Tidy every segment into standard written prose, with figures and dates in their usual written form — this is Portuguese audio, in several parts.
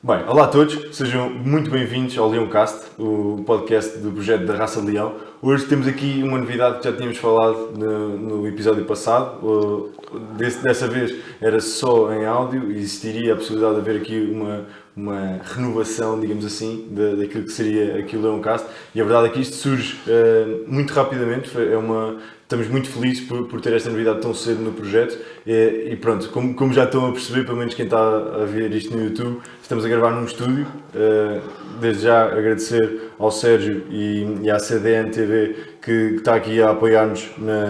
Bem, olá a todos, sejam muito bem-vindos ao Leoncast, o podcast do projeto da Raça de Leão. Hoje temos aqui uma novidade que já tínhamos falado no episódio passado. Dessa vez era só em áudio e existiria a possibilidade de haver aqui uma renovação, digamos assim, daquilo que seria aqui o Leoncast. E a verdade é que isto surge muito rapidamente, estamos muito felizes por ter esta novidade tão cedo no projeto e pronto, como já estão a perceber, pelo menos quem está a ver isto no YouTube, estamos a gravar num estúdio. Desde já agradecer ao Sérgio e à CDN TV que está aqui a apoiar-nos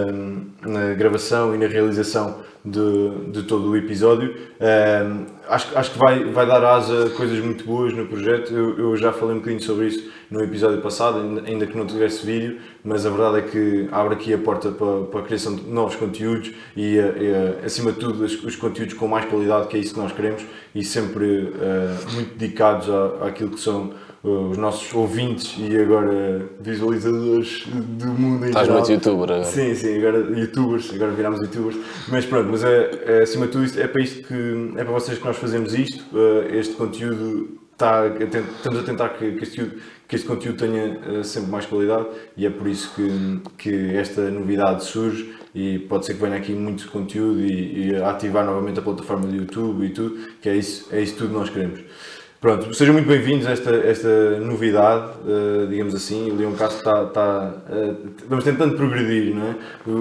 na gravação e na realização de todo o episódio. Acho que vai dar asa a coisas muito boas no projeto. Eu já falei um bocadinho sobre isso no episódio passado, ainda que não tivesse vídeo, mas a verdade é que abre aqui a porta para a criação de novos conteúdos e acima de tudo os conteúdos com mais qualidade, que é isso que nós queremos, e sempre muito dedicados àquilo que são os nossos ouvintes e agora visualizadores do mundo em geral. Estás muito youtuber agora. Sim, agora virámos youtubers, mas pronto, mas acima de tudo é para isto é para vocês que nós fazemos isto. Este conteúdo estamos a tentar que este conteúdo tenha sempre mais qualidade e é por isso que esta novidade surge e pode ser que venha aqui muito conteúdo e ativar novamente a plataforma do YouTube e tudo, que é isso tudo que nós queremos. Pronto, sejam muito bem-vindos a esta novidade, digamos assim. O Leoncast vamos tentando progredir, não é?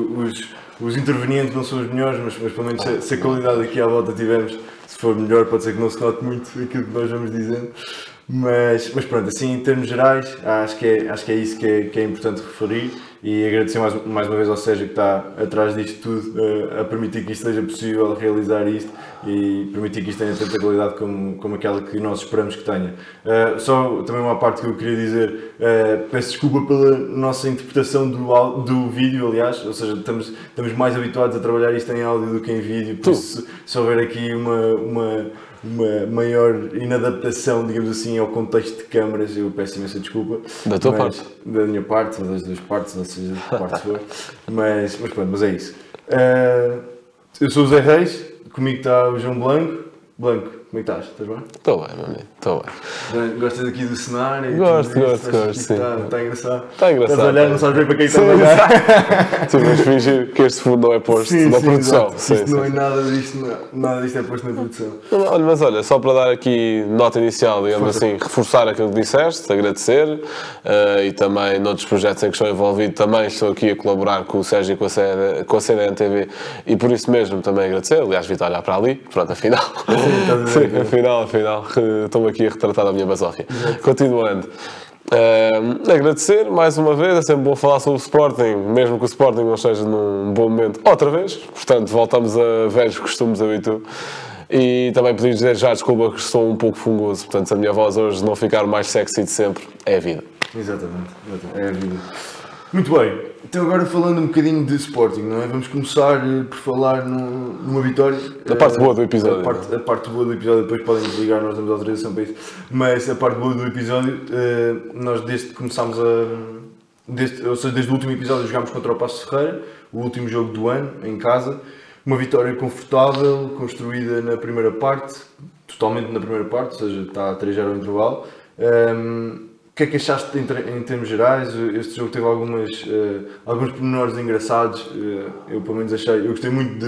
Os intervenientes não são os melhores, mas pelo menos se a qualidade aqui à volta tivermos, se for melhor, pode ser que não se note muito aquilo que nós vamos dizendo. Mas pronto, assim em termos gerais, acho que é isso que é importante referir e agradecer mais uma vez ao Sérgio que está atrás disto tudo, a permitir que isto seja possível, realizar isto e permitir que isto tenha tanta qualidade como aquela que nós esperamos que tenha. Só também uma parte que eu queria dizer, peço desculpa pela nossa interpretação do vídeo, aliás, ou seja, estamos mais habituados a trabalhar isto em áudio do que em vídeo, por isso se houver aqui uma maior inadaptação, digamos assim, ao contexto de câmaras, eu peço imensa desculpa. Da tua parte? Da minha parte, ou das duas partes, ou seja, de que parte for. Mas pronto, mas é isso. Eu sou o Zé Reis, comigo está o João Blanco. Blanco, como é que estás? Estás bem? Estou bem, meu amigo, estou bem. Gostas aqui do cenário? Gosto, sim. Está engraçado? Está engraçado. Estás a olhar, não sabes bem para quem estás a olhar. Sim, mas fingir que este fundo não é posto na produção. Isto não é nada disto é posto na produção. Olha, só para dar aqui nota inicial, digamos assim, reforçar aquilo que disseste, agradecer e também noutros projetos em que estou envolvido, também estou aqui a colaborar com o Sérgio e com a CDN TV e por isso mesmo também agradecer. Aliás, vi-te a olhar para ali, pronto, afinal. Afinal, estou-me aqui a retratar da minha basófia. Continuando. Agradecer mais uma vez, é sempre bom falar sobre o Sporting, mesmo que o Sporting não esteja num bom momento outra vez, portanto voltamos a velhos costumes habituais. E também podia dizer já desculpa que estou um pouco fungoso, portanto se a minha voz hoje não ficar mais sexy de sempre, é a vida. Exatamente, é a vida. Muito bem, então agora falando um bocadinho de Sporting, não é? Vamos começar por falar numa vitória. A parte boa do episódio. A parte boa do episódio, depois podem desligar, nós damos autorização para isso. Mas a parte boa do episódio, nós desde que começámos desde o último episódio jogámos contra o Paços de Ferreira, o último jogo do ano, em casa. Uma vitória confortável, construída na primeira parte, totalmente na primeira parte, ou seja, está a 3-0 ao intervalo. O que é que achaste em termos gerais? Este jogo teve alguns pormenores engraçados. Eu pelo menos achei. Eu gostei muito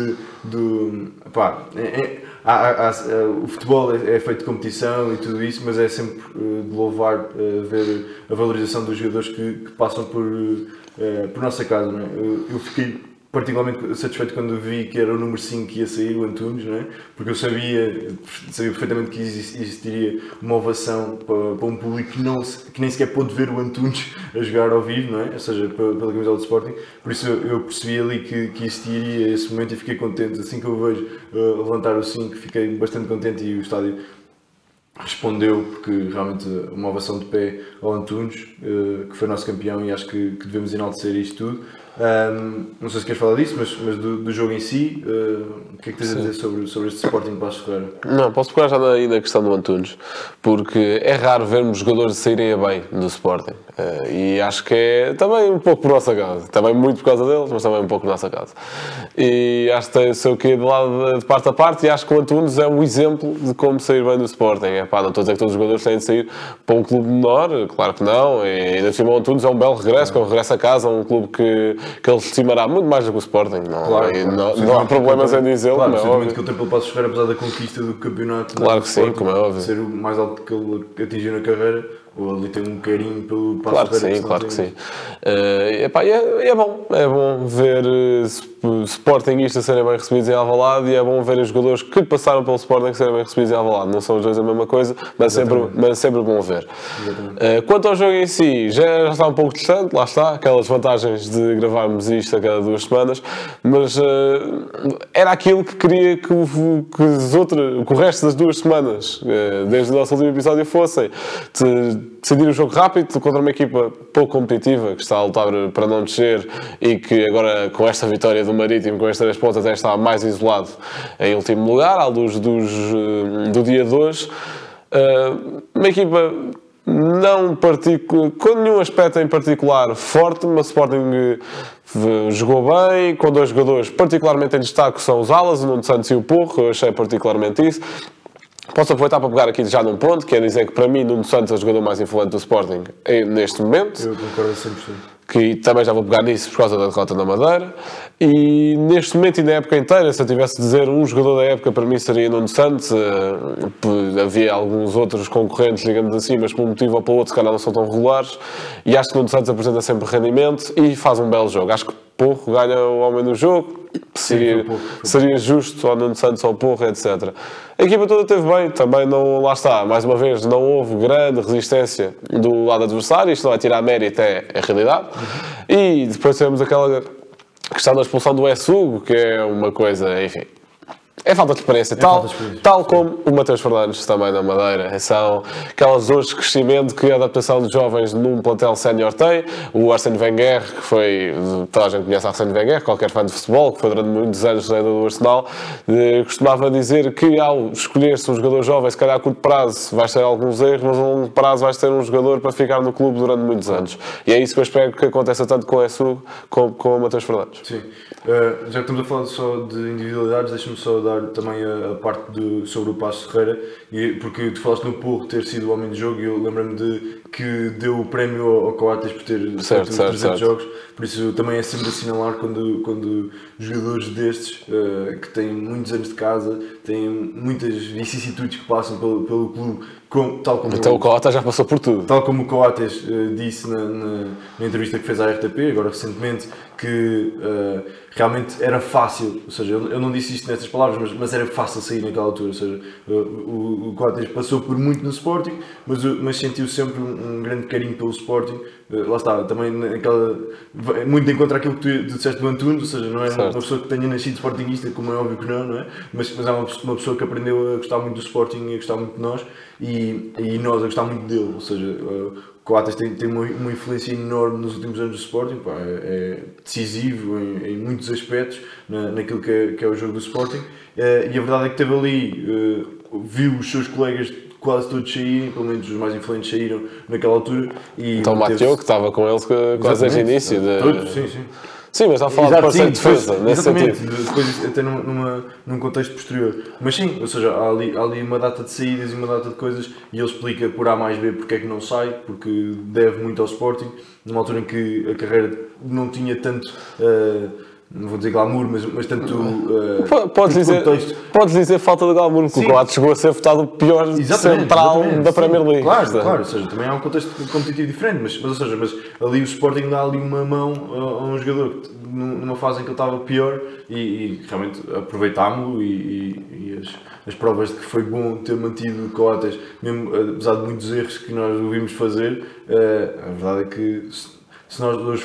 o futebol é feito de competição e tudo isso, mas é sempre de louvar ver a valorização dos jogadores que passam por nossa casa, não é? Eu fiquei particularmente satisfeito quando vi que era o número 5 que ia sair, o Antunes, não é? Porque eu sabia perfeitamente que existiria uma ovação para um público que nem sequer pôde ver o Antunes a jogar ao vivo, não é? Ou seja, pela camisola do Sporting. Por isso eu percebi ali que existiria esse momento e fiquei contente. Assim que eu vejo levantar o 5, fiquei bastante contente e o estádio respondeu, porque realmente uma ovação de pé ao Antunes, que foi nosso campeão, e acho que devemos enaltecer isto tudo. Não sei se queres falar disso, mas do jogo em si, o que é que tens a dizer sobre este Sporting Paços de Ferreira? Não, posso pegar já aí na questão do Antunes, porque é raro vermos jogadores saírem a bem do Sporting. E acho que é também um pouco por nossa causa. Também muito por causa deles, mas também um pouco por nossa causa. E acho que tem o seu quê de lado de parte a parte, e acho que o Antunes é um exemplo de como sair bem do Sporting. Não estou a dizer que todos os jogadores têm de sair para um clube menor, claro que não. E ainda cima o Antunes é um belo regresso, que é um regresso a casa, um clube que ele estimará muito mais do que o Sporting. Não há problemas em dizê-lo, claro, como é óbvio. Que ele tem pelo Paços de Ferreira, apesar da conquista do campeonato. Claro que sim, como é óbvio. Ser o mais alto que ele atingiu na carreira, ou ali tem um carinho pelo Paços de Ferreira. Claro que sim. É bom ver Sportingistas serem bem recebidos em Alvalade, e é bom ver os jogadores que passaram pelo Sporting serem bem recebidos em Alvalade. Não são os dois a mesma coisa, mas sempre bom ver. Quanto ao jogo em si, já está um pouco distante, lá está, aquelas vantagens de gravarmos isto a cada 2 semanas, mas era aquilo que queria que o resto das 2 semanas, desde o nosso último episódio, fossem decidir o jogo rápido contra uma equipa pouco competitiva, que está a lutar para não descer, e que agora, com esta vitória do Marítimo, com estas 3 pontos, até está mais isolado em último lugar, à luz do dia 2. Uma equipa com nenhum aspecto em particular forte, mas o Sporting jogou bem, com 2 jogadores particularmente em destaque, são os alas, o Nuno Santos e o Porro. Eu achei particularmente isso. Posso aproveitar para pegar aqui já num ponto, que é dizer que para mim Nuno Santos é o jogador mais influente do Sporting neste momento. Eu concordo 100%. Que também já vou pegar nisso por causa da derrota na Madeira. E neste momento e na época inteira, se eu tivesse de dizer um jogador da época, para mim seria Nuno Santos. Havia alguns outros concorrentes, digamos assim, mas por um motivo ou por outro, se calhar não são tão regulares. E acho que Nuno Santos apresenta sempre rendimento e faz um belo jogo. Acho que Porro ganha o homem do jogo. Seria justo ao Nuno Santos, ao Porro, etc. A equipa toda esteve bem, também não, lá está, mais uma vez, não houve grande resistência do lado adversário, isto não é tirar mérito, é a realidade. E depois temos aquela questão da expulsão do Hugo, que é uma coisa, enfim, é falta de experiência, tal como o Mateus Fernandes também na Madeira. São aquelas dores de crescimento que a adaptação de jovens num plantel sénior tem. O Arsène Wenger, que foi, toda a gente conhece Arsène Wenger, qualquer fã de futebol, que foi durante muitos anos treinador do Arsenal, costumava dizer que ao escolher-se um jogador jovem, se calhar a curto prazo vais ter alguns erros, mas a longo prazo vais ter um jogador para ficar no clube durante muitos anos. E é isso que eu espero que aconteça tanto com o Hugo como com o Mateus Fernandes. Sim. Já que estamos a falar só de individualidades, deixa-me só dar também a parte sobre o Paços de Ferreira, porque tu falaste no Porro ter sido o homem de jogo, e eu lembro-me de que deu o prémio ao Coates por ter feito 300 jogos, por isso também é sempre assinalar quando jogadores destes, que têm muitos anos de casa, têm muitas vicissitudes que passam pelo clube, tal como então o Coates já passou por tudo. Tal como o Coates disse na entrevista que fez à RTP, agora recentemente, que realmente era fácil, ou seja, eu não disse isto nessas palavras, mas era fácil sair naquela altura, ou seja, o Coates passou por muito no Sporting, mas sentiu sempre um grande carinho pelo Sporting. Lá está, também muito de encontro àquilo que tu disseste do Antunes, ou seja, não é uma pessoa que tenha nascido sportinguista, como é óbvio que não é? Mas é uma pessoa que aprendeu a gostar muito do Sporting e a gostar muito de nós, e nós a gostar muito dele, ou seja, o Coates tem uma influência enorme nos últimos anos do Sporting, é decisivo em muitos aspectos naquilo que é o jogo do Sporting, e a verdade é que teve ali, viu os seus colegas quase todos saírem, pelo menos os mais influentes saíram naquela altura. Então o Mateu, que estava com eles quase desde o início. Todos, sim. Sim, mas está a falar de parceiro de defesa, nesse sentido. Depois até num contexto posterior. Mas sim, ou seja, há ali uma data de saídas e uma data de coisas, e ele explica por A mais B porque é que não sai, porque deve muito ao Sporting, numa altura em que a carreira não tinha tanto... não vou dizer glamour, mas tanto podes dizer falta de glamour, porque o Coates chegou a ser votado o pior central da Premier League. Claro, ou seja, também há um contexto competitivo diferente, mas ali o Sporting dá ali uma mão a um jogador numa fase em que ele estava pior, e realmente aproveitámo-lo, e as provas de que foi bom ter mantido o Coates, mesmo apesar de muitos erros que nós o vimos fazer. A verdade é que se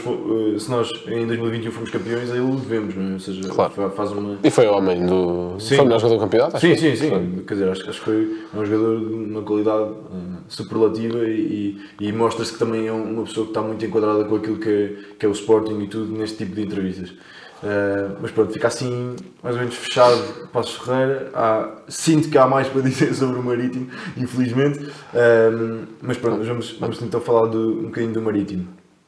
nós em 2021 fomos campeões, aí o devemos, não é? Ou seja, claro. faz uma... E foi o homem do... Sim. Foi o melhor jogador do campeonato? Sim. Quer dizer, acho que foi um jogador de uma qualidade superlativa e mostra-se que também é uma pessoa que está muito enquadrada com aquilo que é o Sporting e tudo neste tipo de entrevistas. Mas pronto, fica assim mais ou menos fechado Passos Ferreira. Sinto que há mais para dizer sobre o Marítimo, infelizmente, mas pronto, vamos então falar um bocadinho do Marítimo.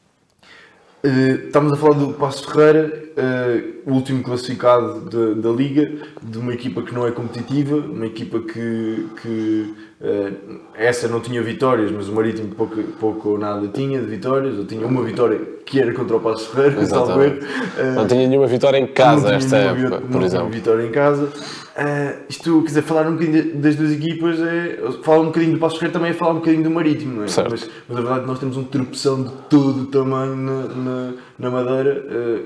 Estamos a falar do Passos Ferreira, o último classificado da Liga, de uma equipa que não é competitiva, uma equipa que essa não tinha vitórias, mas o Marítimo pouco ou nada tinha de vitórias, ou tinha uma vitória que era contra o Passos Ferreira, salvo erro. Não tinha nenhuma vitória em casa esta época, por exemplo. Não tinha vitória em casa. Isto, quer dizer, falar um bocadinho das duas equipas, falar um bocadinho do Passos Ferreira também é falar um bocadinho do Marítimo, não é? Mas a verdade é que nós temos um tropeção de todo o tamanho na Madeira.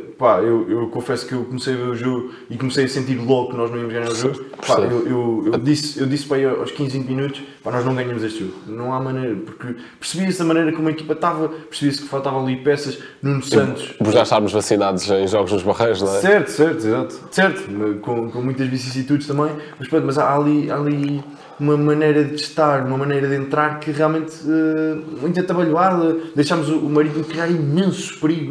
Eu confesso que eu comecei a ver o jogo e comecei a sentir logo que nós não íamos ganhar o jogo. Eu disse para aí aos 15 minutos, nós não ganhamos este jogo, não há maneira, porque percebia-se a maneira como a equipa estava, percebia-se que faltavam ali peças. Nuno Santos... Por já estarmos vacinados em jogos nos Barreiros, não é? Certo, com muitas vicissitudes também, mas pronto, mas há ali uma maneira de estar, uma maneira de entrar que realmente muito atabalhoada. Deixámos o Marítimo criar imenso perigo.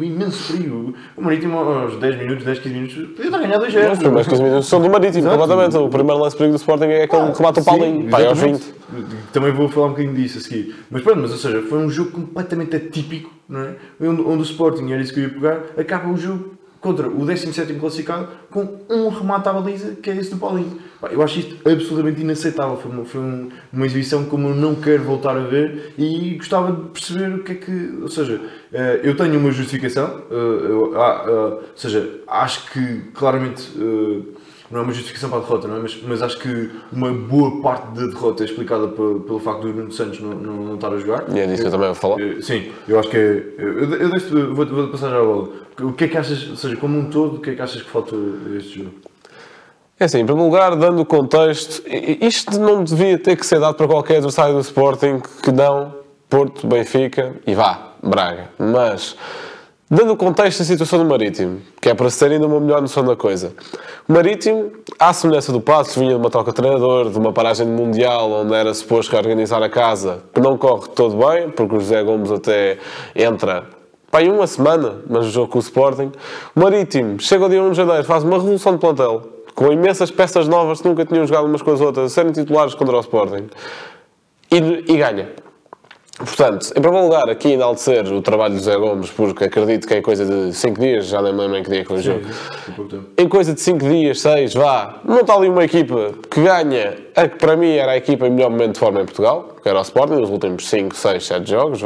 O Marítimo aos 10 minutos, 10, 15 minutos, podia estar a ganhar 2-0. Os primeiros 15 minutos são do Marítimo, completamente. O primeiro lance de perigo do Sporting é aquele que remata o Paulinho, aos 20. Também vou falar um bocadinho disso a seguir. Mas pronto, ou seja, foi um jogo completamente atípico, não é? Onde o Sporting, era isso que eu ia pegar, acaba o jogo contra o 17º classificado com um remate à baliza, que é esse do Paulinho. Eu acho isto absolutamente inaceitável. Foi uma exibição como eu não quero voltar a ver e gostava de perceber o que é que... Ou seja, eu tenho uma justificação, ou seja, acho que claramente... não é uma justificação para a derrota, não é? Mas acho que uma boa parte da derrota é explicada pelo facto do Nuno Santos não estar a jogar. E é disso que eu também vou falar. Sim, eu acho que é... Eu vou passar já a bola. O que é que achas, ou seja, como um todo, o que é que achas que faltou este jogo? É assim, em primeiro lugar, dando o contexto, isto não devia ter que ser dado para qualquer adversário do Sporting que não Porto, Benfica e Braga. Mas... dando o contexto da situação do Marítimo, que é para se ter ainda uma melhor noção da coisa. O Marítimo, à semelhança do Passos, vinha de uma troca de treinador, de uma paragem de Mundial, onde era suposto reorganizar a casa, que não corre todo bem, porque o José Gomes até entra em uma semana, mas o jogo com o Sporting. O Marítimo chega ao dia 1 de janeiro, faz uma revolução de plantel, com imensas peças novas que nunca tinham jogado umas com as outras, serem titulares contra o Sporting, e ganha. Portanto, em primeiro lugar, aqui enaltecer o trabalho de José Gomes, porque acredito que em coisa de 5 dias, já nem me lembro em que dia que foi o jogo, em coisa de 5 dias, 6, não está ali uma equipa que ganha a que para mim era a equipa em melhor momento de forma em Portugal, que era o Sporting, nos últimos 5, 6, 7 jogos,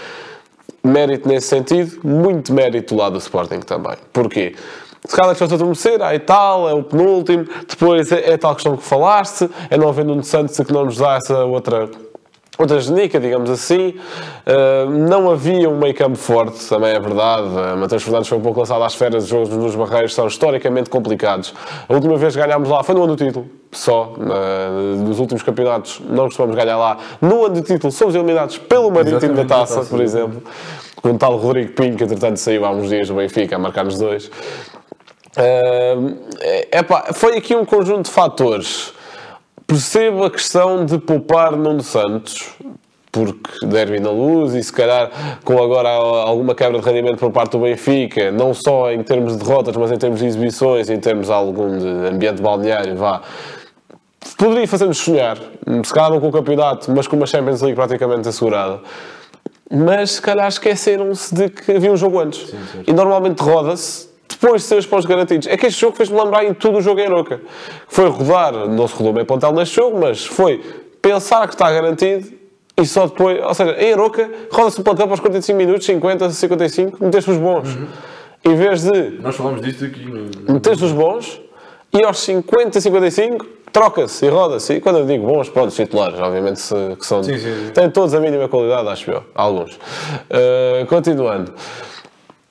Mérito nesse sentido, muito mérito do lado do Sporting também. Porquê? Se calhar a questão de adormecer, aí tal, é o penúltimo, depois é tal questão que falaste, é não haver Nuno Santos que não nos dá essa outra genica, digamos assim. Não havia um meio campo forte, também é verdade. Matheus Fernandes foi um pouco lançado às férias. Os jogos nos Barreiros são historicamente complicados. A última vez que ganhámos lá foi no ano do título, só. Nos últimos campeonatos não costumamos ganhar lá. No ano do título somos eliminados pelo Marítimo da Taça, por exemplo. Com o tal Rodrigo Pinho, que entretanto saiu há uns dias do Benfica a marcar-nos 2. Foi aqui um conjunto de fatores. Percebo a questão de poupar Nuno Santos, porque derby na Luz e se calhar com agora alguma quebra de rendimento por parte do Benfica, não só em termos de derrotas, mas em termos de exibições, em termos algum de ambiente balneário, poderia fazer-nos sonhar, se calhar não com o campeonato, mas com uma Champions League praticamente assegurada. Mas se calhar esqueceram-se de que havia um jogo antes. Sim, e normalmente roda-se depois de ter os pontos garantidos. É que este jogo fez-me lembrar em tudo o jogo em Aroca. Foi rodar, não se rodou bem plantel neste jogo, mas foi pensar que está garantido e só depois... Ou seja, em Aroca, roda-se o plantel para os 45 minutos, 50, 55, meteste os bons. Em vez de... Nós falamos disto aqui. Meteste os bons e aos 50, 55, troca-se e roda-se. E quando eu digo bons, pronto, titulares, obviamente, que são... Sim. Têm todos a mínima qualidade, acho eu. Alguns. Continuando.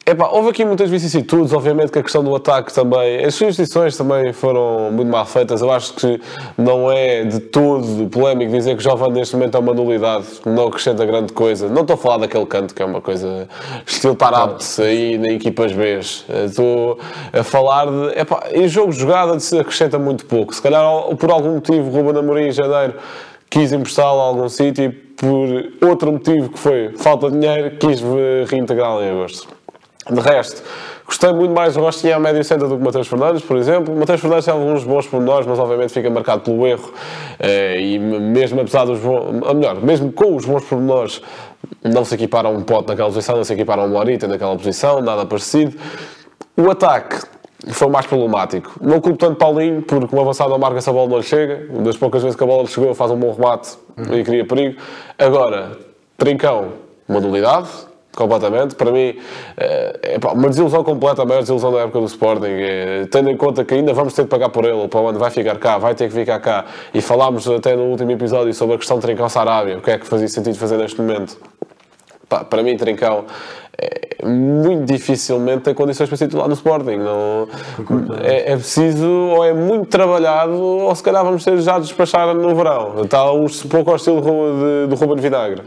Houve aqui muitas vicissitudes, obviamente que a questão do ataque também, as substituições também foram muito mal feitas. Eu acho que não é de todo polémico dizer que Jovem neste momento é uma nulidade, não acrescenta grande coisa. Não estou a falar daquele canto que é uma coisa estilo Tarapte aí na equipas B. Estou a falar de, em jogo de jogada se acrescenta muito pouco. Se calhar por algum motivo Ruben Amorim em janeiro quis emprestá-lo a algum sítio e por outro motivo que foi falta de dinheiro quis reintegrá-lo em agosto. De resto, gostei muito mais do Rostinha a médio centro do que o Mateus Fernandes, por exemplo. O Mateus Fernandes tem alguns bons pormenores, mas obviamente fica marcado pelo erro. E mesmo apesar dos mesmo com os bons pormenores, não se equipara a um Pote naquela posição, não se equipara a um Morita naquela posição, nada parecido. O ataque foi mais problemático. Não culpo tanto Paulinho, porque o avançado não marca, essa bola não lhe chega. Uma das poucas vezes que a bola lhe chegou, faz um bom remate e cria perigo. Agora, Trincão, uma nulidade. Completamente. Para mim, uma desilusão completa, a maior desilusão da época do Sporting. Tendo em conta que ainda vamos ter de pagar por ele, para onde vai ficar cá, vai ter que ficar cá. E falámos até no último episódio sobre a questão de Trincão-Sarabia, o que é que fazia sentido fazer neste momento. Para mim, Trincão muito dificilmente tem condições para ser titular no Sporting. Não, é preciso, ou é muito trabalhado, ou se calhar vamos ter já de despachar no verão. Está um pouco ao estilo do Ruben Vinagre.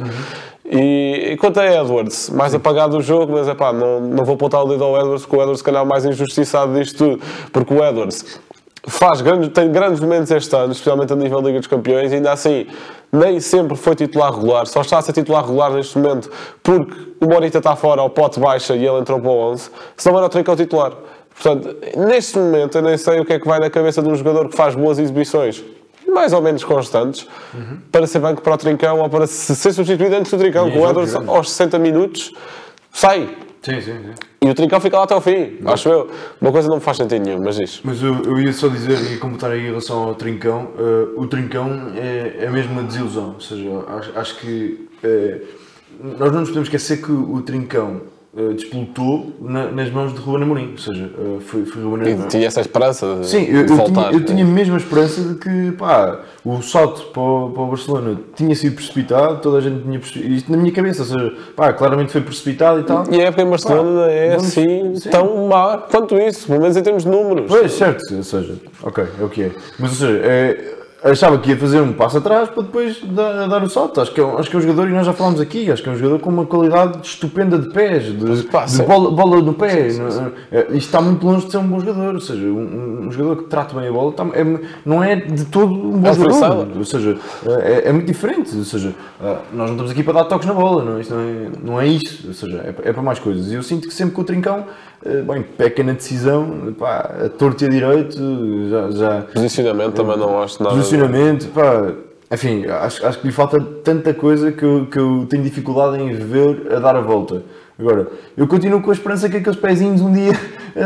E quanto a Edwards, mais apagado do jogo, mas não vou apontar o dedo ao Edwards, porque o Edwards se calhar é o mais injustiçado disto tudo, porque o Edwards tem grandes momentos este ano, especialmente a nível da Liga dos Campeões, e ainda assim nem sempre foi titular regular, só está a ser titular regular neste momento porque o Morita está fora, o Pote baixa e ele entrou para o 11, senão era o Trincão titular. Portanto, neste momento eu nem sei o que é que vai na cabeça de um jogador que faz boas exibições mais ou menos constantes, para ser banco para o Trincão ou para ser substituído antes do Trincão, com o Edwards aos 60 minutos sai. Sim. E o Trincão fica lá até ao fim, acho eu. Uma coisa não me faz sentido nenhum, mas isso. Mas eu ia só dizer, e comentar aí em relação ao Trincão, o Trincão é mesmo uma desilusão, ou seja, acho que nós não nos podemos esquecer que o Trincão despolutou nas mãos de Ruben Amorim, ou seja, foi Ruben Amorim. E tinha essa esperança de sim, voltar. Eu tinha mesmo a esperança de que o salto para o Barcelona tinha sido precipitado, toda a gente tinha isto na minha cabeça, ou seja, claramente foi precipitado e tal. E a época em Barcelona assim tão má quanto isso, pelo menos em termos de números. Pois, certo, ou seja, ok, é o que é. Mas, ou seja, achava que ia fazer um passo atrás para depois dar o salto. Acho que é um jogador, e nós já falámos aqui, acho que é um jogador com uma qualidade estupenda de pés, de bola no pé. Isto está muito longe de ser um bom jogador, ou seja, um jogador que trata bem a bola não é de todo um bom jogador. Ou seja, é muito diferente. Ou seja, nós não estamos aqui para dar toques na bola, não é isso. Ou seja, é para mais coisas. E eu sinto que sempre que o Trincão peca na decisão, a torto e a direito, já... Posicionamento também não acho nada... Posicionamento, enfim, acho que lhe falta tanta coisa que eu tenho dificuldade em ver a dar a volta. Agora, eu continuo com a esperança que aqueles pezinhos um dia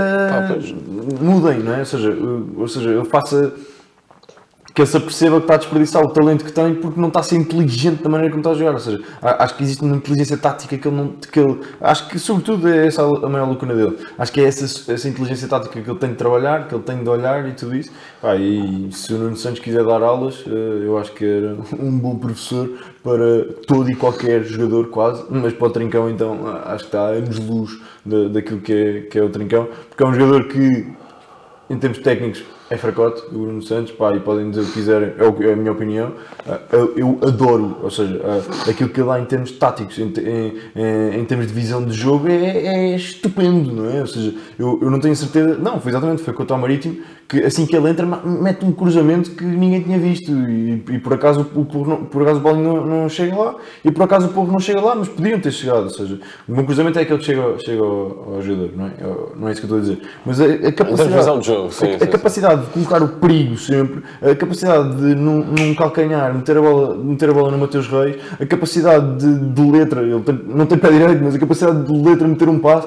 mudem, não é? Ou seja, ele faça... que ele se aperceba que está a desperdiçar o talento que tem porque não está a ser inteligente da maneira como está a jogar. Ou seja, acho que existe uma inteligência tática que ele não... acho que, sobretudo, é essa a maior lacuna dele. Acho que é essa inteligência tática que ele tem de trabalhar, que ele tem de olhar e tudo isso. E se o Nuno Santos quiser dar aulas, eu acho que era um bom professor para todo e qualquer jogador, quase. Mas para o Trincão, então, acho que está a anos-luz daquilo que é o Trincão. Porque é um jogador que, em termos técnicos, é fracote, o Nuno Santos, e podem dizer o que quiserem, é a minha opinião. Eu adoro, ou seja, aquilo que ele dá em termos táticos, em termos de visão de jogo, é estupendo, não é? Ou seja, eu não tenho certeza, foi exatamente, foi contra o Marítimo, que assim que ele entra, mete um cruzamento que ninguém tinha visto, e por acaso o Paulinho não chega lá, e por acaso o Porro não chega lá, mas podiam ter chegado, ou seja, o bom cruzamento é aquele que chega ao jogador, não é isso que eu estou a dizer, mas a capacidade de jogo, a capacidade de colocar o perigo sempre, a capacidade de num calcanhar meter a bola no Mateus Reis, a capacidade de letra, ele não tem pé direito, mas a capacidade de letra meter um passo,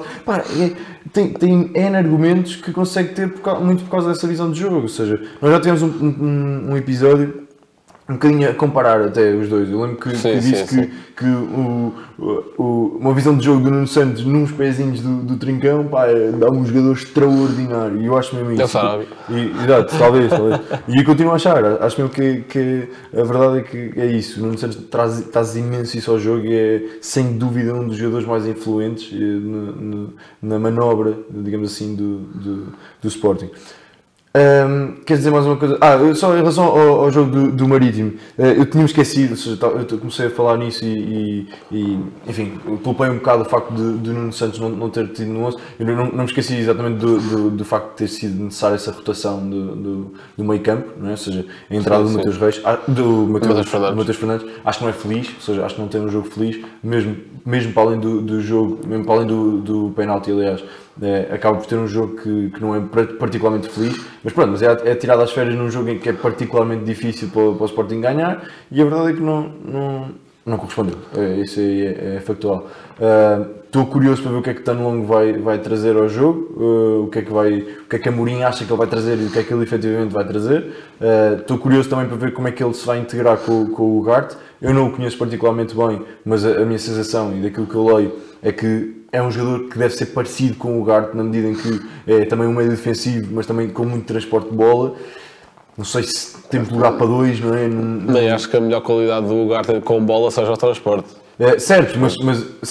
tem N argumentos que consegue ter muito por causa dessa visão de jogo. Ou seja, nós já tivemos um episódio um bocadinho a comparar até os dois. Eu lembro que disse que uma visão de jogo do Nuno Santos nos pezinhos do Trincão, pá, dá um jogador extraordinário. E eu acho mesmo isso. Eu sabe. Exato, talvez. E eu continuo a achar. Acho mesmo que a verdade é que é isso. O Nuno Santos traz imenso isso ao jogo e é, sem dúvida, um dos jogadores mais influentes na manobra, digamos assim, do Sporting. Quer dizer mais uma coisa? Só em relação ao jogo do Marítimo, eu tinha-me esquecido, ou seja, eu comecei a falar nisso e enfim, culpei um bocado o facto de Nuno Santos não ter tido no 11. Eu não me esqueci exatamente do facto de ter sido necessária essa rotação do meio campo, não é? Ou seja, a entrada do Mateus Reis, do Mateus Fernandes, acho que não é feliz, ou seja, acho que não tem um jogo feliz, mesmo para além do jogo, mesmo para além do penalti, aliás. Acaba por ter um jogo que não é particularmente feliz, mas pronto, mas é tirado às férias num jogo em que é particularmente difícil para o Sporting ganhar, e a verdade é que não correspondeu. Isso aí é factual. Estou curioso para ver o que é que Tanlong vai trazer ao jogo, o que é que Amorim acha que ele vai trazer e o que é que ele efetivamente vai trazer. Estou curioso também para ver como é que ele se vai integrar com o Ugarte. Eu não o conheço particularmente bem, mas a minha sensação e daquilo que eu leio é que é um jogador que deve ser parecido com o Ugarte na medida em que é também um meio defensivo, mas também com muito transporte de bola. Não sei se temos lugar para dois, não é? Nem acho que a melhor qualidade do Ugarte com bola seja o transporte. Certo, mas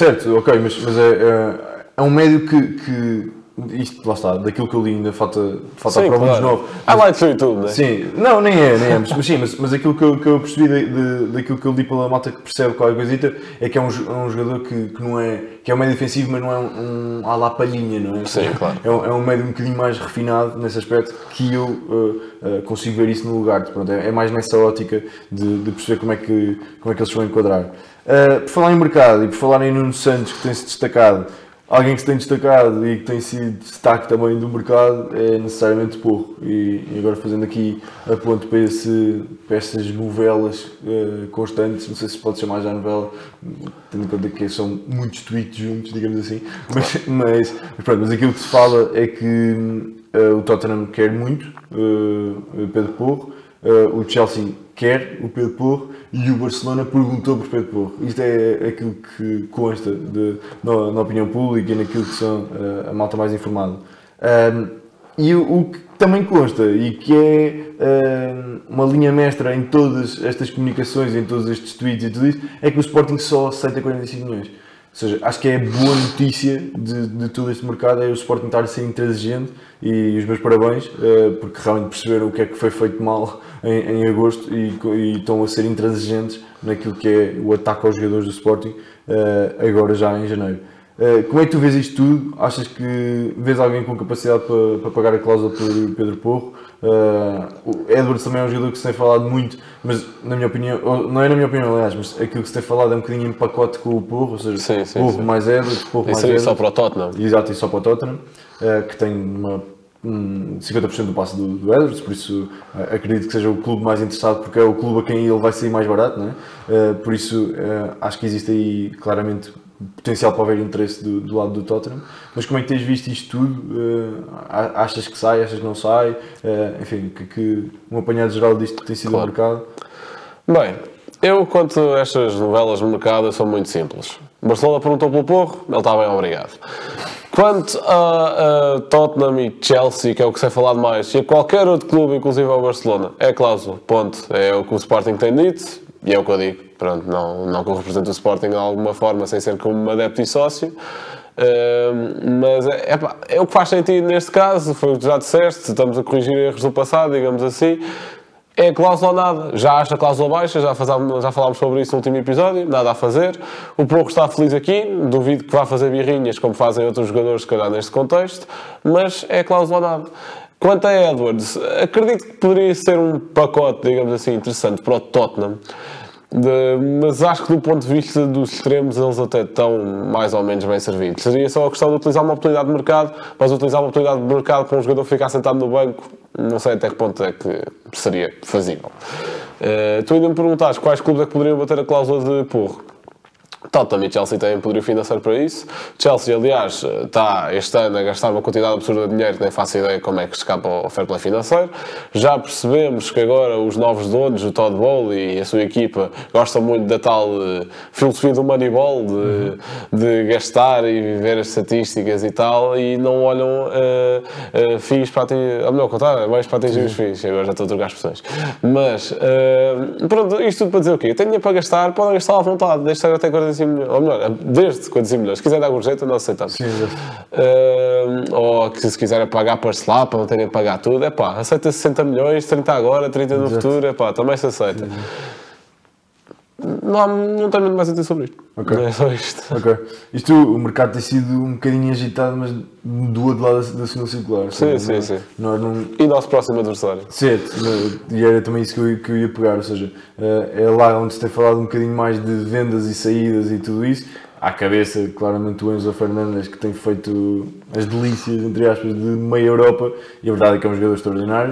é um médio que isto, lá está, daquilo que eu li ainda falta sim, a prova claro. dos 9. Há lá de tudo, não é? Sim, não, nem é, mas aquilo que eu percebi daquilo que eu li pela malta que percebe qualquer coisita é que é um jogador que não é, que é um médio defensivo, mas não é um à la palhinha, não é? Sim, claro. É um médio um bocadinho mais refinado nesse aspecto que eu consigo ver isso no lugar. Pronto, é mais nessa ótica de perceber como é que eles vão enquadrar. Por falar em mercado e por falar em Nuno Santos, que tem-se destacado, alguém que se tem destacado e que tem sido destaque também do mercado é necessariamente Porro. E agora fazendo aqui a ponto para estas novelas constantes, não sei se pode chamar já novela, tendo em conta que são muitos tweets juntos, digamos assim, mas aquilo que se fala é que o Tottenham quer muito Pedro Porro, o Chelsea quer o Pedro Porro e o Barcelona perguntou por Pedro Porro. Isto é aquilo que consta na opinião pública e naquilo que são a malta mais informada. E o que também consta e que é uma linha mestra em todas estas comunicações, em todos estes tweets e tudo isso, é que o Sporting só aceita 45 milhões. Ou seja, acho que é boa notícia de todo este mercado, é o Sporting estar a ser intransigente e os meus parabéns, porque realmente perceberam o que é que foi feito mal em agosto e estão a ser intransigentes naquilo que é o ataque aos jogadores do Sporting, agora já em janeiro. Como é que tu vês isto tudo? Achas que vês alguém com capacidade para pagar a cláusula por Pedro Porro? O Edwards também é um jogador que se tem falado muito, mas na minha opinião, não é na minha opinião aliás, mas aquilo que se tem falado é um bocadinho em pacote com o Porro, ou seja, Porro mais Edwards, Porro mais Edwards. Isso só para o Tottenham. Exato, isso só para o Tottenham, que tem 50% do passe do Edwards, por isso acredito que seja o clube mais interessado, porque é o clube a quem ele vai sair mais barato, não é? Por isso acho que existe aí claramente potencial para haver interesse do lado do Tottenham. Mas como é que tens visto isto tudo? Achas que sai, achas que não sai? Enfim, que um apanhado geral disto tem sido o mercado? Bem, eu quanto a estas novelas no mercado, eu sou muito simples. O Barcelona perguntou pelo Porro, ele está bem, obrigado. Quanto a Tottenham e Chelsea, que é o que se é falado mais, e a qualquer outro clube, inclusive ao Barcelona, é a cláusula, ponto. É o que o Sporting tem dito e é o que eu digo. Pronto, não que eu represente o Sporting de alguma forma, sem ser como adepto e sócio, mas é o que faz sentido neste caso, foi o que já disseste, estamos a corrigir erros do passado, digamos assim. É a cláusula ou nada. Já acha a cláusula baixa, já falámos sobre isso no último episódio, nada a fazer. O Porro está feliz aqui, duvido que vá fazer birrinhas como fazem outros jogadores, se calhar, neste contexto, mas é a cláusula ou nada. Quanto a Edwards, acredito que poderia ser um pacote, digamos assim, interessante para o Tottenham, mas acho que do ponto de vista dos extremos eles até estão mais ou menos bem servidos. Seria só a questão de utilizar uma oportunidade de mercado, mas utilizar uma oportunidade de mercado para um jogador ficar sentado no banco, não sei até que ponto é que seria fazível. Tu ainda me perguntaste quais clubes é que poderiam bater a cláusula de Porro. Tottenham e Chelsea têm poderio financeiro para isso. Chelsea, aliás, está este ano a gastar uma quantidade absurda de dinheiro que nem faço ideia como é que escapa ao fair play financeiro. Já percebemos que agora os novos donos, o Todd Bowley e a sua equipa, gostam muito da tal filosofia do Moneyball, de gastar e ver as estatísticas e tal, e não olham FIIs para atingir, ou melhor, contar, mais para atingir os FIIs. Agora já estou a trocar expressões. Mas, pronto, isto tudo para dizer o quê? Eu tenho dinheiro para gastar, podem gastar à vontade, desde ser até 45 milhões, ou melhor, desde 45 milhões. Se quiser dar algum jeito, nós aceitamos. Sim, ou que se quiserem pagar parcelado, para não terem que pagar tudo, é pá, aceita 60 milhões, 30 agora, 30 no futuro, é pá, também se aceita. Não tenho muito mais a dizer sobre isto. Okay. É só isto. Okay. Isto, o mercado tem sido um bocadinho agitado, mas do outro lado da segunda circular. Sim. Nós não... E nosso próximo adversário. Certo, e era também isso que eu ia pegar, ou seja, é lá onde se tem falado um bocadinho mais de vendas e saídas e tudo isso. À cabeça, claramente, o Enzo Fernandes, que tem feito as delícias, entre aspas, de meia Europa, e a verdade é que é um jogador extraordinário,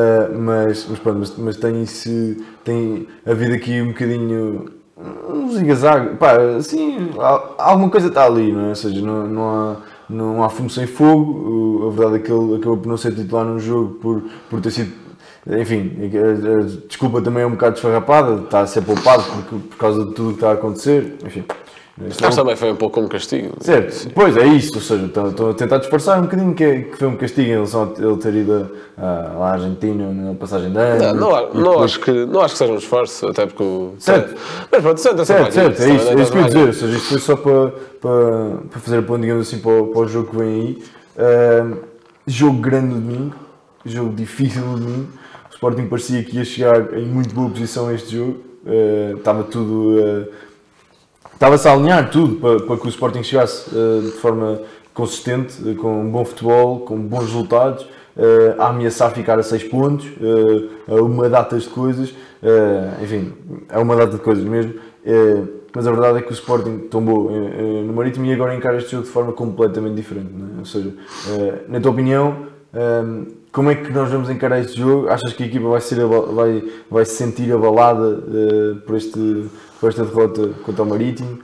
mas tem havido aqui um bocadinho um zigue-zague, pá, assim, alguma coisa está ali, não é? Ou seja, não há fumo sem fogo. A verdade é que ele acabou por não ser titular num jogo por ter sido, enfim, a desculpa também é um bocado desfarrapada, está a ser poupado por causa de tudo o que está a acontecer, enfim. Mas também foi um pouco como castigo. Certo, pois é isso, ou seja, estão a tentar disfarçar um bocadinho que foi um castigo em relação a ele ter ido à Argentina na passagem de ano. Não acho que seja um esforço, até porque... Certo. Mas pronto, certo, é isso que eu ia dizer, ou seja, isto foi só para fazer a ponte, digamos assim, para o jogo que vem aí. Jogo grande no domingo, jogo difícil no domingo. O Sporting parecia que ia chegar em muito boa posição a este jogo, estava tudo... Estava-se a alinhar tudo para que o Sporting chegasse de forma consistente, com um bom futebol, com bons resultados, a ameaçar ficar a 6 pontos, a uma data de coisas, enfim, é uma data de coisas mesmo, mas a verdade é que o Sporting tombou no Marítimo e agora encara este jogo de forma completamente diferente, não é? Ou seja, na tua opinião, como é que nós vamos encarar este jogo? Achas que a equipa vai se sentir abalada por esta derrota contra o Marítimo?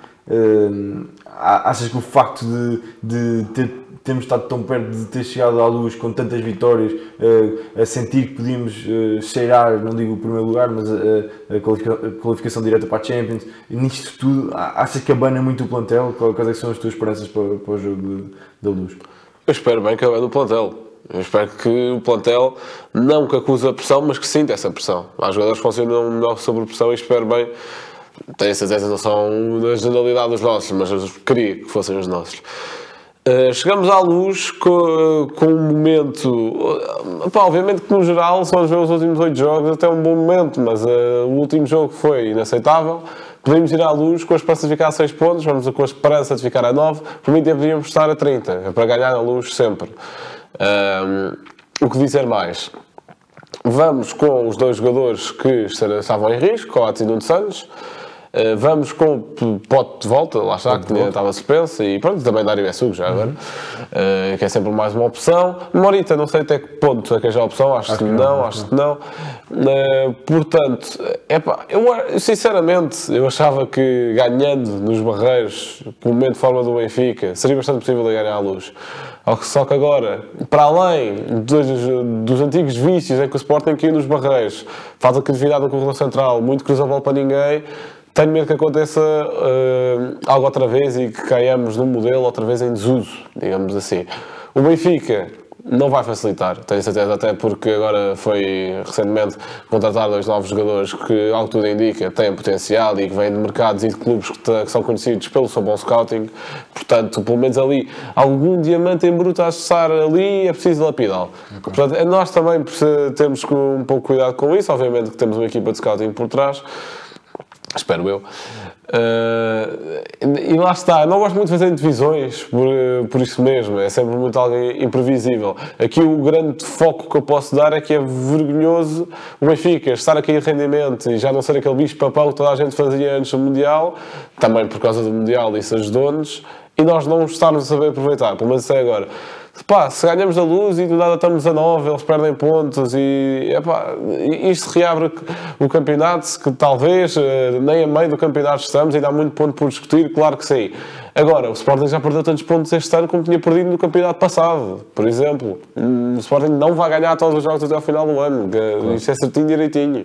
Achas que o facto de termos estado tão perto de ter chegado à Luz com tantas vitórias, a sentir que podíamos cheirar, não digo o primeiro lugar, mas a qualificação direta para a Champions, nisto tudo, achas que abana muito o plantel? Quais são as tuas esperanças para o jogo da Luz? Eu espero bem que abane o plantel. Eu espero que o plantel não que acuse a pressão, mas que sinta essa pressão. Há jogadores que funcionam melhor sob pressão e espero bem. Tenho certeza que não são da generalidade dos nossos, mas eu queria que fossem os nossos. Chegamos à Luz com um momento... obviamente que no geral, se nós vemos os últimos 8 jogos, até um bom momento, mas o último jogo foi inaceitável. Podemos ir à Luz com a esperança de ficar a 6 pontos, vamos com a esperança de ficar a 9, por mim deveríamos estar a 30, para ganhar a Luz sempre. O que dizer mais? Vamos com os 2 jogadores que estavam em risco, Coates e Nuno Santos. Vamos com o Pote de volta, lá está, que estava suspenso, e pronto, também Dário Bessugo já agora, que é sempre mais uma opção. Morita, não sei até que ponto é que é já a opção, acho que não. Portanto, eu sinceramente, eu achava que ganhando nos Barreiros, com o momento de forma do Benfica, seria bastante possível de ganhar à Luz. Só que agora, para além dos antigos vícios em que o Sporting caiu nos Barreiros, falta de criatividade no corredor central, muito cruza a bola para ninguém, tenho medo que aconteça algo outra vez e que caiamos num modelo outra vez em desuso, digamos assim. O Benfica não vai facilitar, tenho certeza, até porque agora foi recentemente contratar 2 novos jogadores que, ao que tudo indica, têm potencial e que vêm de mercados e de clubes que são conhecidos pelo seu bom scouting. Portanto, pelo menos ali, algum diamante em bruto a acessar ali é preciso lapidá-lo. Okay. Portanto, nós também temos um pouco cuidado com isso, obviamente que temos uma equipa de scouting por trás, espero eu. E lá está, não gosto muito de fazer divisões por isso mesmo, é sempre muito algo imprevisível. Aqui o grande foco que eu posso dar é que é vergonhoso o Benfica estar a cair de rendimento e já não ser aquele bicho-papão que toda a gente fazia antes do Mundial, também por causa do Mundial e isso ajudou-nos, e nós não estarmos a saber aproveitar, pelo menos até agora. Pá, se ganhamos a Luz e do nada estamos a 9, eles perdem pontos e isto reabre o campeonato, que talvez nem a meio do campeonato estamos, ainda há muito ponto por discutir, claro que sim. Agora, o Sporting já perdeu tantos pontos este ano como tinha perdido no campeonato passado, por exemplo. O Sporting não vai ganhar todos os jogos até ao final do ano, isto é certinho direitinho.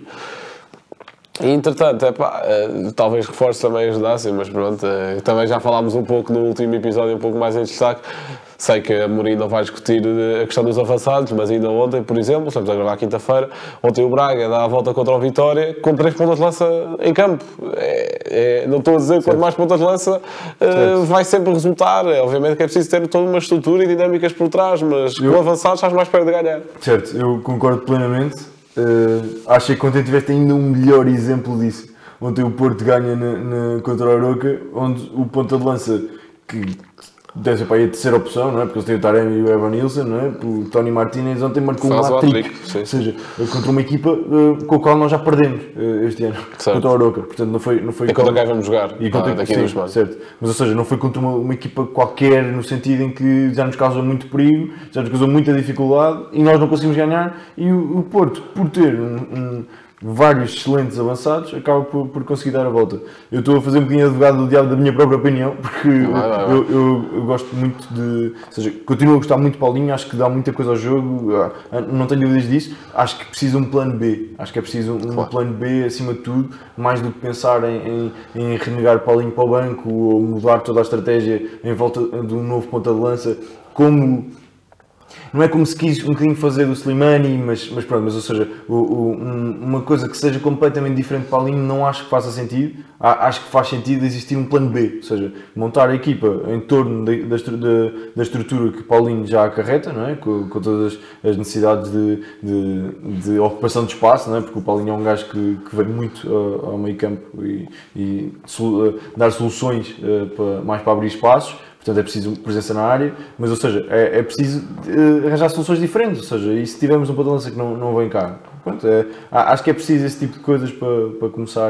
E entretanto, talvez reforços também ajudassem, mas pronto, também já falámos um pouco no último episódio, um pouco mais em destaque. Sei que a Mourinho não vai discutir a questão dos avançados, mas ainda ontem, por exemplo, estamos a gravar quinta-feira, ontem o Braga dá a volta contra o Vitória com 3 pontas de lança em campo. Não estou a dizer que quanto mais pontas de lança vai sempre resultar. Obviamente que é preciso ter toda uma estrutura e dinâmicas por trás, mas com avançados estás mais perto de ganhar. Certo, eu concordo plenamente. Acho que ontem tiveste ainda um melhor exemplo disso. Ontem o Porto ganha contra o Aroca, onde o ponta de lança, que deve ser para aí a terceira opção, não é? Porque eles têm o Taremi e o Evan Nilsson, não é? O Tony Martínez ontem marcou um hat-trick, ou seja, contra uma equipa com a qual nós já perdemos este ano, certo, contra o Aroca. Portanto, não foi e contra quem vamos jogar daqui a 2 semanas. Certo. Mas, ou seja, não foi contra uma equipa qualquer, no sentido em que já nos causou muito perigo, já nos causou muita dificuldade e nós não conseguimos ganhar. E o Porto, por ter vários excelentes avançados, acaba por conseguir dar a volta. Eu estou a fazer um bocadinho advogado do diabo da minha própria opinião, porque eu gosto muito de... Ou seja, continuo a gostar muito de Paulinho, acho que dá muita coisa ao jogo, não tenho dúvidas disso. Acho que precisa um plano B, acho que é preciso um plano B acima de tudo, mais do que pensar em renegar Paulinho para o banco ou mudar toda a estratégia em volta de um novo ponta de lança, como... Não é como se quis um bocadinho fazer do Slimani, mas pronto, mas ou seja, uma coisa que seja completamente diferente de Paulinho não acho que faça sentido. Acho que faz sentido existir um plano B, ou seja, montar a equipa em torno da estrutura que Paulinho já acarreta, não é? Com todas as necessidades de ocupação de espaço, não é? Porque o Paulinho é um gajo que vem muito ao meio campo e dar soluções mais para abrir espaços. Portanto, é preciso presença na área, mas, ou seja, é preciso arranjar soluções diferentes, ou seja, e se tivermos um ponto de lança que não vem cá, pronto, acho que é preciso esse tipo de coisas para começar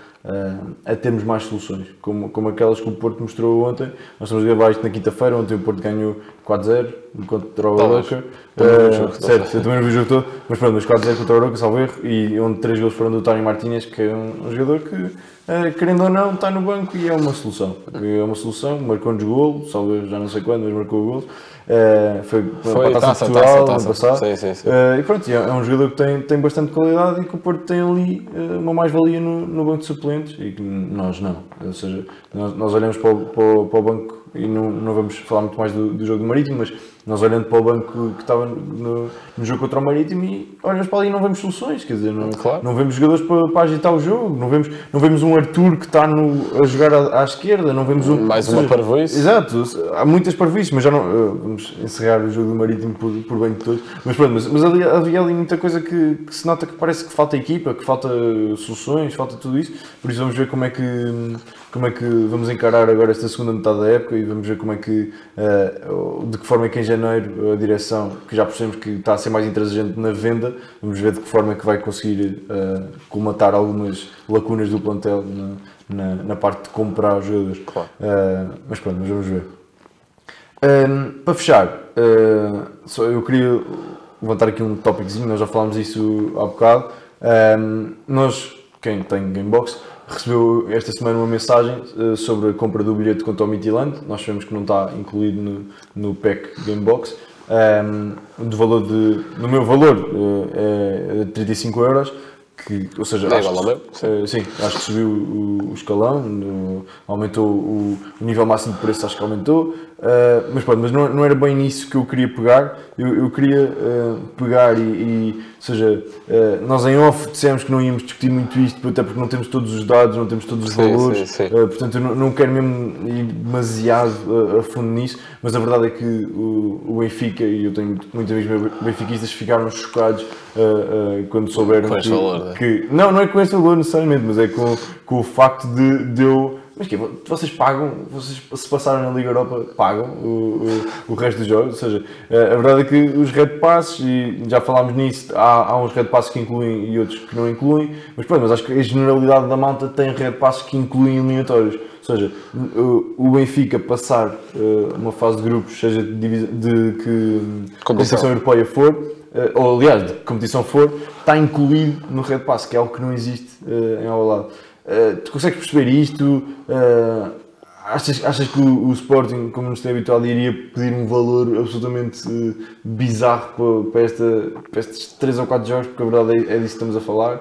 a termos mais soluções, como aquelas que o Porto mostrou ontem. Nós estamos a gravar isto na quinta-feira, ontem o Porto ganhou 4-0 contra o Aroca. Certo, eu também não vi o jogo todo, mas pronto, mas 4-0 contra o Aroca, salvo erro, e onde 3 gols foram do Tony Martínez, que é um jogador que, querendo ou não, está no banco e é uma solução. Marcou-nos golo, salvo erro, já não sei quando, mas marcou o golo. Foi a Taça de Portugal, ano passado. Sim. E pronto, é um jogador que tem bastante qualidade e que o Porto tem ali uma mais-valia no banco de suplentes e que nós não. Ou seja, nós olhamos para o banco e não vamos falar muito mais do jogo do Marítimo, mas nós olhando para o banco que estava no jogo contra o Marítimo e olhamos para ali e não vemos soluções, quer dizer, não vemos jogadores para agitar o jogo, não vemos um Arthur que está a jogar à esquerda, não vemos mais uma parvoíce. Exato, há muitas parvoíces, mas já não vamos encerrar o jogo do Marítimo por bem de todos, mas pronto, mas havia ali muita coisa que se nota que parece que falta equipa, que falta soluções, falta tudo isso, por isso vamos ver como é que vamos encarar agora esta segunda metade da época e vamos ver como é que, de que forma é que em janeiro a direção, que já percebemos que está a ser mais intransigente na venda, vamos ver de que forma é que vai conseguir colmatar algumas lacunas do plantel na parte de comprar os jogadores. Claro. Mas pronto, mas vamos ver. Para fechar, eu queria levantar aqui um tópicozinho, nós já falámos isso há bocado. Nós, quem tem Gamebox, recebeu esta semana uma mensagem sobre a compra do bilhete contra o Midtjylland. Nós sabemos que não está incluído no pack Gamebox. No meu valor é 35 euros, ou seja, sim, acho que subiu o escalão, aumentou o nível máximo de preço, acho que aumentou, mas não era bem nisso que eu queria pegar. Eu queria pegar ou seja, nós em off dissemos que não íamos discutir muito isto, até porque não temos todos os dados, não temos todos os valores, sim. Portanto eu não quero mesmo ir demasiado a fundo nisso, mas a verdade é que o Benfica, e eu tenho muitos amigos benfiquistas, ficaram chocados quando souberam que não é com esse valor necessariamente, mas é com o facto de eu... Mas que vocês pagam, vocês se passarem na Liga Europa pagam o resto dos jogos, ou seja, a verdade é que os Red Passes, e já falámos nisso, há uns Red Passes que incluem e outros que não incluem, mas acho que a generalidade da malta tem Red Passes que incluem eliminatórios, ou seja, o Benfica passar uma fase de grupos, seja de que competição europeia for, ou aliás, de que competição for, está incluído no Red Pass, que é algo que não existe em Alvalade. Tu consegues perceber isto? Achas que o Sporting, como nos tem habituado, iria pedir um valor absolutamente bizarro para estes 3 ou 4 jogos? Porque a verdade é disso que estamos a falar.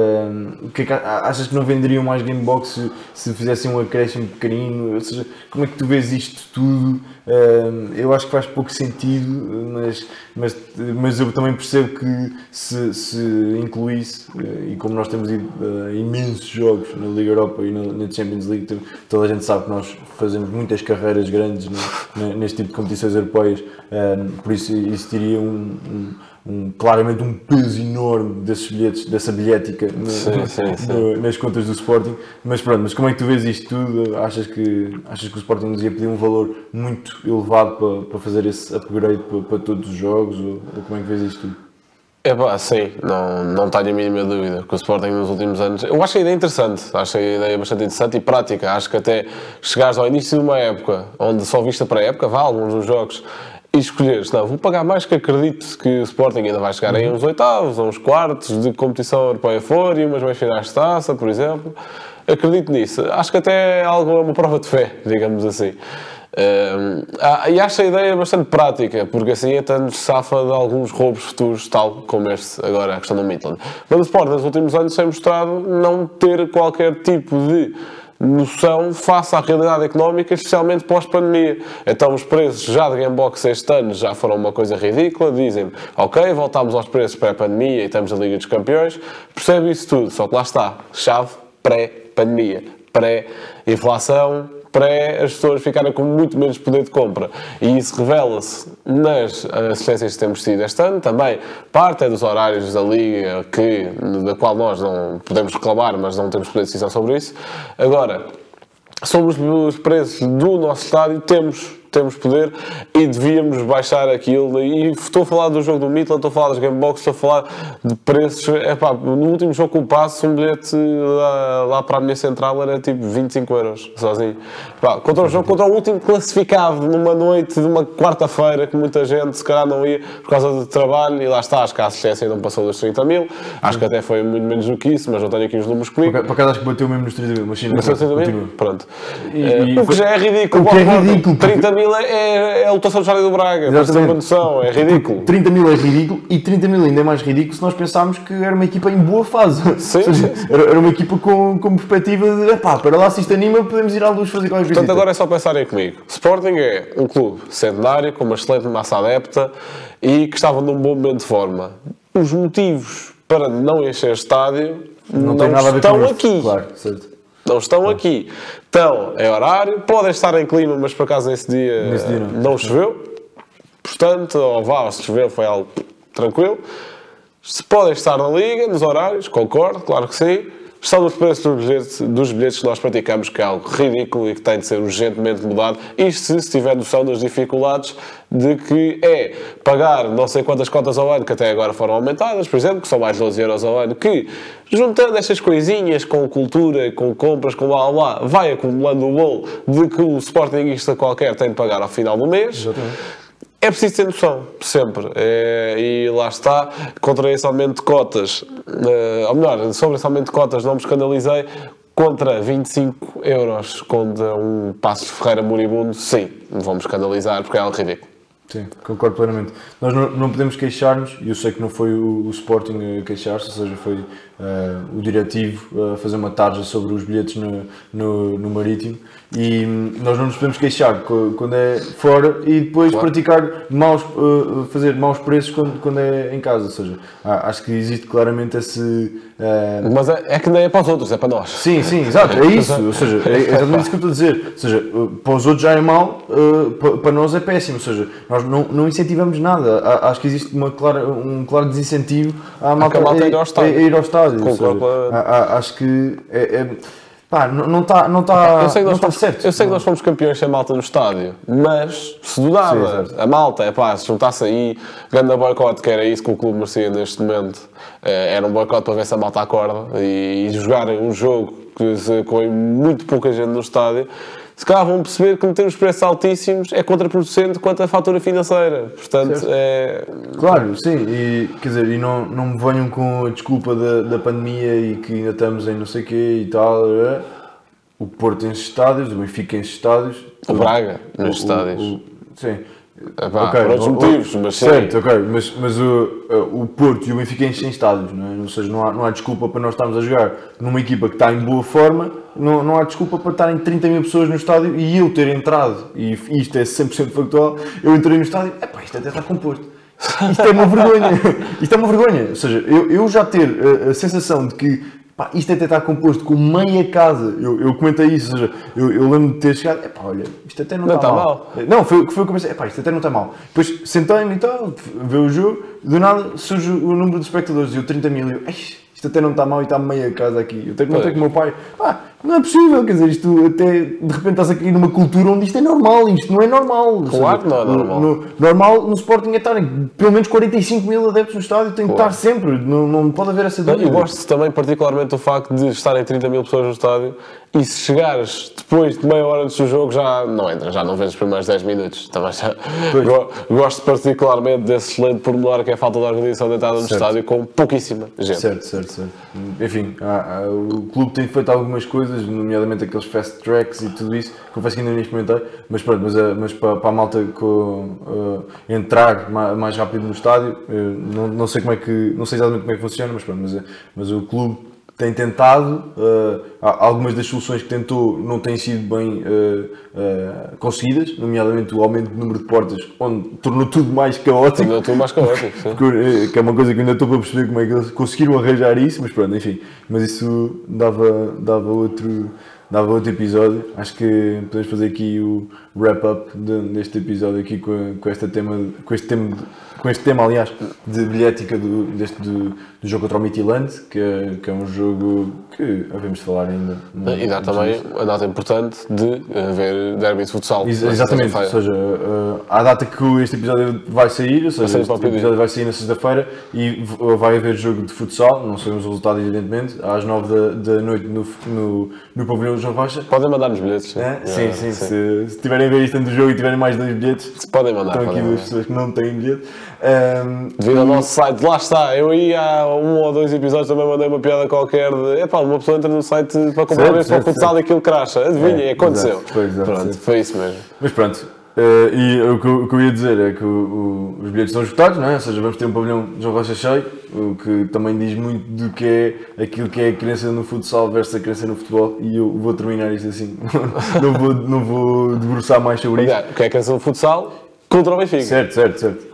Achas que não venderiam mais Gamebox se fizessem um acréscimo pequenino? Ou seja, como é que tu vês isto tudo? Eu acho que faz pouco sentido, mas eu também percebo que se incluísse, e como nós temos ido a imensos jogos na Liga Europa e na Champions League, toda a gente sabe que nós fazemos muitas carreiras grandes neste tipo de competições europeias, por isso existiria claramente um peso enorme desses bilhetes, dessa bilhética nas contas do Sporting. Mas pronto, mas como é que tu vês isto tudo? Achas que o Sporting nos ia pedir um valor muito elevado para fazer esse upgrade para todos os jogos? Ou como é que vês isto tudo? Sim, não tenho a mínima dúvida que o Sporting nos últimos anos... Eu acho a ideia interessante, acho a ideia bastante interessante e prática. Acho que até chegares ao início de uma época onde só vista para a época, alguns dos jogos, e escolheres, não, vou pagar mais, que acredito que o Sporting ainda vai chegar aí a uns oitavos, a uns quartos de competição europeia fora e umas meias finais de taça, por exemplo. Acredito nisso. Acho que até é uma prova de fé, digamos assim. E acho a ideia bastante prática, porque assim até nos safa de alguns roubos futuros, tal como este, agora a questão do Midland. Mas o Sporting nos últimos anos tem mostrado não ter qualquer tipo de noção face à realidade económica, especialmente pós-pandemia. Então os preços já de Gamebox este ano já foram uma coisa ridícula. Dizem, ok, voltámos aos preços pré-pandemia e estamos na Liga dos Campeões. Percebe isso tudo, só que lá está, chave pré-pandemia, pré-inflação, as pessoas ficarem com muito menos poder de compra. E isso revela-se nas assistências que temos tido este ano. Também parte é dos horários da Liga, da qual nós não podemos reclamar, mas não temos poder de decisão sobre isso. Agora, sobre os preços do nosso estádio, temos poder e devíamos baixar aquilo. E estou a falar do jogo do Midland, estou a falar das Gamebox, estou a falar de preços. No último jogo com o Passo, um bilhete lá para a minha central era tipo 25 euros sozinho. Contra o último classificado numa noite de uma quarta-feira, que muita gente se calhar não ia por causa de trabalho, e lá está, acho que a assistência não passou dos 30 mil, acho que até foi muito menos do que isso, mas não tenho aqui os números comigo. Por acaso acho que bateu mesmo nos 30 mil, mas sim, continua. Pronto. O que já é ridículo. 30 mil é a lotação do Estádio do Braga, para ter uma noção, é ridículo. 30 mil é ridículo, e 30 mil ainda é mais ridículo se nós pensarmos que era uma equipa em boa fase. Sim, ou seja, era uma equipa com perspectiva de, para lá, se isto anima, podemos ir à luz fazer qualquer coisa. Portanto, agora é só pensarem comigo. Sporting é um clube centenário, com uma excelente massa adepta e que estava num bom momento de forma. Os motivos para não encher estádio não estão aqui. Claro, certo. Não estão aqui. Estão em horário, podem estar em clima, mas por acaso nesse dia não choveu. Portanto, se choveu foi algo tranquilo. Se podem estar na Liga, nos horários, concordo, claro que sim. Estão nos preços dos bilhetes que nós praticamos, que é algo ridículo e que tem de ser urgentemente mudado. Isto se tiver noção das dificuldades de que é pagar não sei quantas cotas ao ano, que até agora foram aumentadas, por exemplo, que são mais 12 euros ao ano, que, juntando estas coisinhas com cultura, com compras, com blá, vai acumulando o bolo de que o sportinguista qualquer tem de pagar ao final do mês. Exatamente. É preciso ter noção, sempre. E lá está, contra esse aumento de cotas, ou melhor, sobre esse aumento de cotas não me escandalizei, contra 25 euros contra um Passos de Ferreira moribundo, sim, vamos escandalizar porque é algo ridículo. Sim, concordo plenamente. Nós não podemos queixar-nos, e eu sei que não foi o Sporting a queixar-se, ou seja, foi o diretivo a fazer uma tarja sobre os bilhetes no Marítimo, e nós não nos podemos queixar quando é fora e depois praticar fazer maus preços quando é em casa, ou seja, acho que existe claramente esse... Mas é que nem é para os outros, é para nós. Sim, exato, é isso, ou seja, é exatamente isso que eu estou a dizer, ou seja, para os outros já é mau, para nós é péssimo, ou seja, nós não incentivamos nada, acho que existe um claro desincentivo à malta a ir ao estádio. Acho que não está certo. Eu sei que nós fomos campeões sem malta no estádio, mas se do nada a malta se juntasse aí, grande boicote, que era isso que o clube merecia neste momento, era um boicote para ver se a malta acorda e jogarem um jogo com muito pouca gente no estádio, se calhar vão perceber que meter os preços altíssimos é contraproducente quanto à fatura financeira. Portanto, Certo. é... Claro, sim, e quer dizer, e não me venham com a desculpa da pandemia e que ainda estamos em não sei o quê e tal. O Porto enche estádios, o Benfica enche estádios. O Braga nos estádios. Sim. Epá, Ok, por outros motivos, mas sim. certo, ok, mas o Porto e o Benfica enchem estádios, não é? Ou seja, não há desculpa para nós estarmos a jogar numa equipa que está em boa forma, não há desculpa para estarem 30 mil pessoas no estádio e eu ter entrado, e isto é 100% factual, eu entrei no estádio, epá, isto até está composto. Isto é uma vergonha, isto é uma vergonha, ou seja, eu já ter a sensação de que pá, isto até está composto com meia casa. Eu comentei isso, ou seja, eu lembro de ter chegado, epá, olha, isto até não está mal. Não, foi o que eu pensei, epá, isto até não está mal. Depois sentei-me e tal, ver o jogo, do nada surge o número de espectadores, e eu 30 mil, e eu, isto até não está mal e está meia casa aqui. Eu até comentei com o meu pai, pá, não é possível, quer dizer, isto até, de repente estás a cair numa cultura onde isto é normal, isto não é normal. Claro que não é normal. Normal no Sporting é estarem pelo menos 45 mil adeptos no estádio, tem que estar sempre, não pode haver essa dúvida. Eu gosto também particularmente do facto de estarem 30 mil pessoas no estádio e se chegares depois de meia hora antes do jogo já não entras, já não vês os primeiros 10 minutos. Também já gosto particularmente desse excelente pormenor que é a falta de organização da entrada no estádio com pouquíssima gente. Certo. Enfim, o clube tem feito algumas coisas, nomeadamente aqueles fast tracks e tudo isso, confesso que ainda nem experimentei, mas pronto, mas para a malta entrar mais rápido no estádio, não sei exatamente como é que funciona, mas pronto, mas o clube tem tentado, algumas das soluções que tentou não têm sido bem conseguidas, nomeadamente o aumento do número de portas, onde tornou tudo mais caótico. Tornou tudo mais caótico, sim. Que é uma coisa que eu ainda estou para perceber como é que eles conseguiram arranjar isso, mas pronto, enfim. Mas isso dava outro episódio. Acho que podemos fazer aqui o wrap-up deste episódio aqui com este tema, aliás, de bilhética do jogo contra o Midtjylland, que é um jogo que havemos de falar ainda. E dá também a data importante de haver derby de futsal. Exatamente, ou seja, à data que este episódio vai sair, ou seja, este episódio vai sair na sexta-feira e vai haver jogo de futsal, não sabemos o resultado evidentemente, às 9 da noite no pavilhão do João Rocha. Podem mandar-nos bilhetes. Sim. Se tiverem a ver isto antes do jogo e tiverem mais 2 bilhetes, se podem mandar. Estão aqui 2 pessoas que não têm bilhete. Devido ao nosso site, lá está, eu aí há 1 ou 2 episódios também mandei uma piada qualquer de uma pessoa entra no site para comprar esse para o futsal e aquilo cracha. Adivinha, aconteceu. Exato, foi isso mesmo. Mas pronto, e o que eu ia dizer é que os bilhetes estão esgotados, não é? Ou seja, vamos ter um pavilhão de João Rocha cheio, o que também diz muito do que é aquilo que é a crença no futsal versus a crença no futebol, e eu vou terminar isto assim, não vou debruçar mais sobre isso. O que é a crença no futsal contra o Benfica. Certo.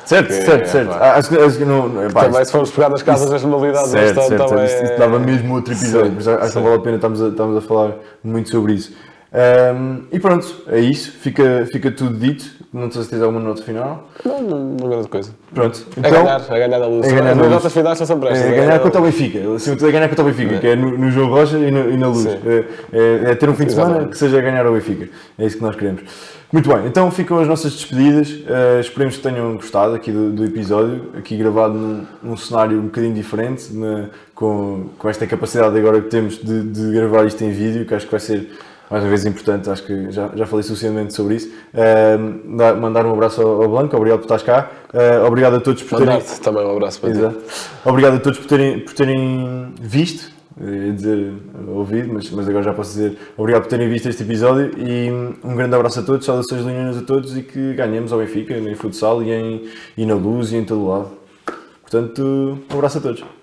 Acho que não. Também se formos pegar nas casas das modalidades, isso dava mesmo outro episódio, mas acho que não vale a pena estamos a falar muito sobre isso. E pronto, é isso, fica tudo dito. Não sei se tens alguma nota final. Não grande coisa. Pronto, então, é ganhar da luz. As notas finais são sempre estas. É ganhar contra o Benfica, acima de tudo é ganhar contra o Benfica, que é no João Rocha e na luz. É ter um fim de semana que seja ganhar ao Benfica, é isso que nós queremos. Muito bem, então ficam as nossas despedidas, esperemos que tenham gostado aqui do episódio, aqui gravado num cenário um bocadinho diferente, com esta capacidade agora que temos de gravar isto em vídeo, que acho que vai ser mais uma vez importante, acho que já falei suficientemente sobre isso. Mandar um abraço ao Blanco, obrigado por estares cá, obrigado a todos por terem... Mandar-te também um abraço para ti. Obrigado a todos por terem visto. Ia dizer ouvido, mas agora já posso dizer obrigado por terem visto este episódio e um grande abraço a todos, saudações leoninas a todos e que ganhemos ao Benfica em futsal e na luz e em todo o lado. Portanto, um abraço a todos.